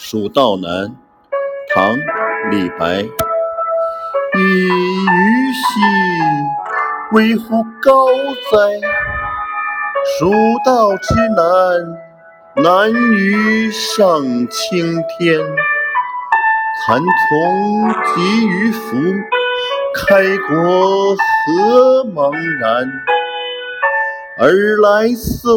蜀道难，唐·李白。一鱼兮，为乎高哉？蜀道之难，难于上青天。蚕丛及鱼凫，开国何茫然！尔来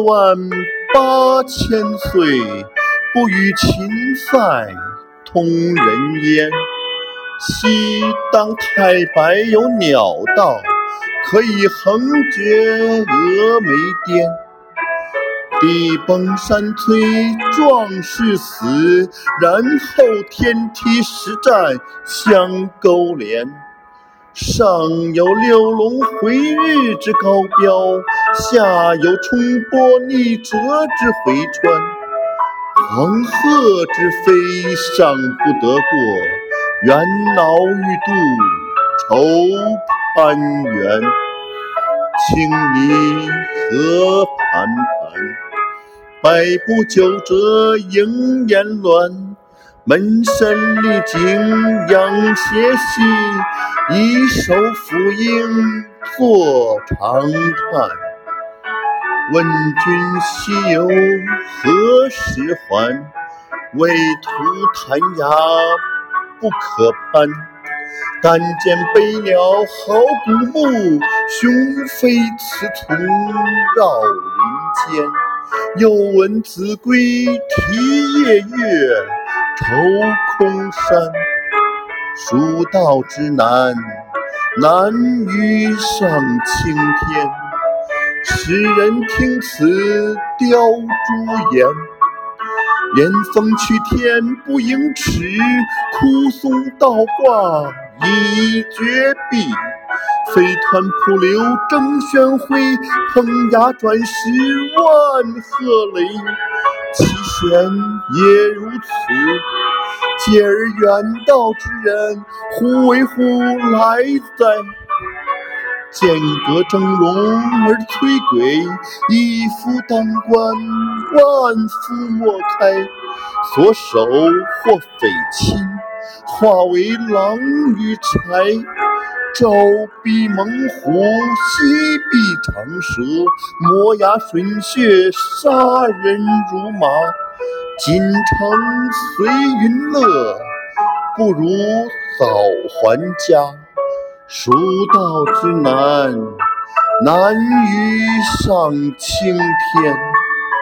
48000岁，不与秦塞同人烟。昔当太白有鸟道，可以横绝峨眉巅。地崩山摧壮士死，然后天梯石栈相勾连。上有六龙回日之高标，下有冲波逆折之回川。黄鹤之飞尚不得过，猿猱欲度愁攀援。青泥何盘盘，百步九折莺燕乱。门深历井仰斜息，一手抚膺坐长叹。问君西游何时还？畏途弹崖不可攀。但见飞鸟号古木，雄飞雌从绕林间。又闻子规啼夜月，愁空山。蜀道之难，难于上青天。使人听此凋朱颜。连峰去天不应齿，枯松倒挂已绝壁。飞湍瀑流争喧哗，碰崖转石万壑雷。其险也如此，嗟而远道之人，忽为乎来哉？间隔峥嵘而摧鬼，一夫当关，万夫莫开。所守或匪侵，化为狼与豺。朝避猛虎，夕避长蛇，磨牙吮血，杀人如麻。锦城随云乐，不如早还家。蜀道之难，难于上青天。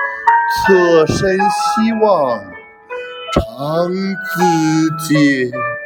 侧身西望，长自嗟。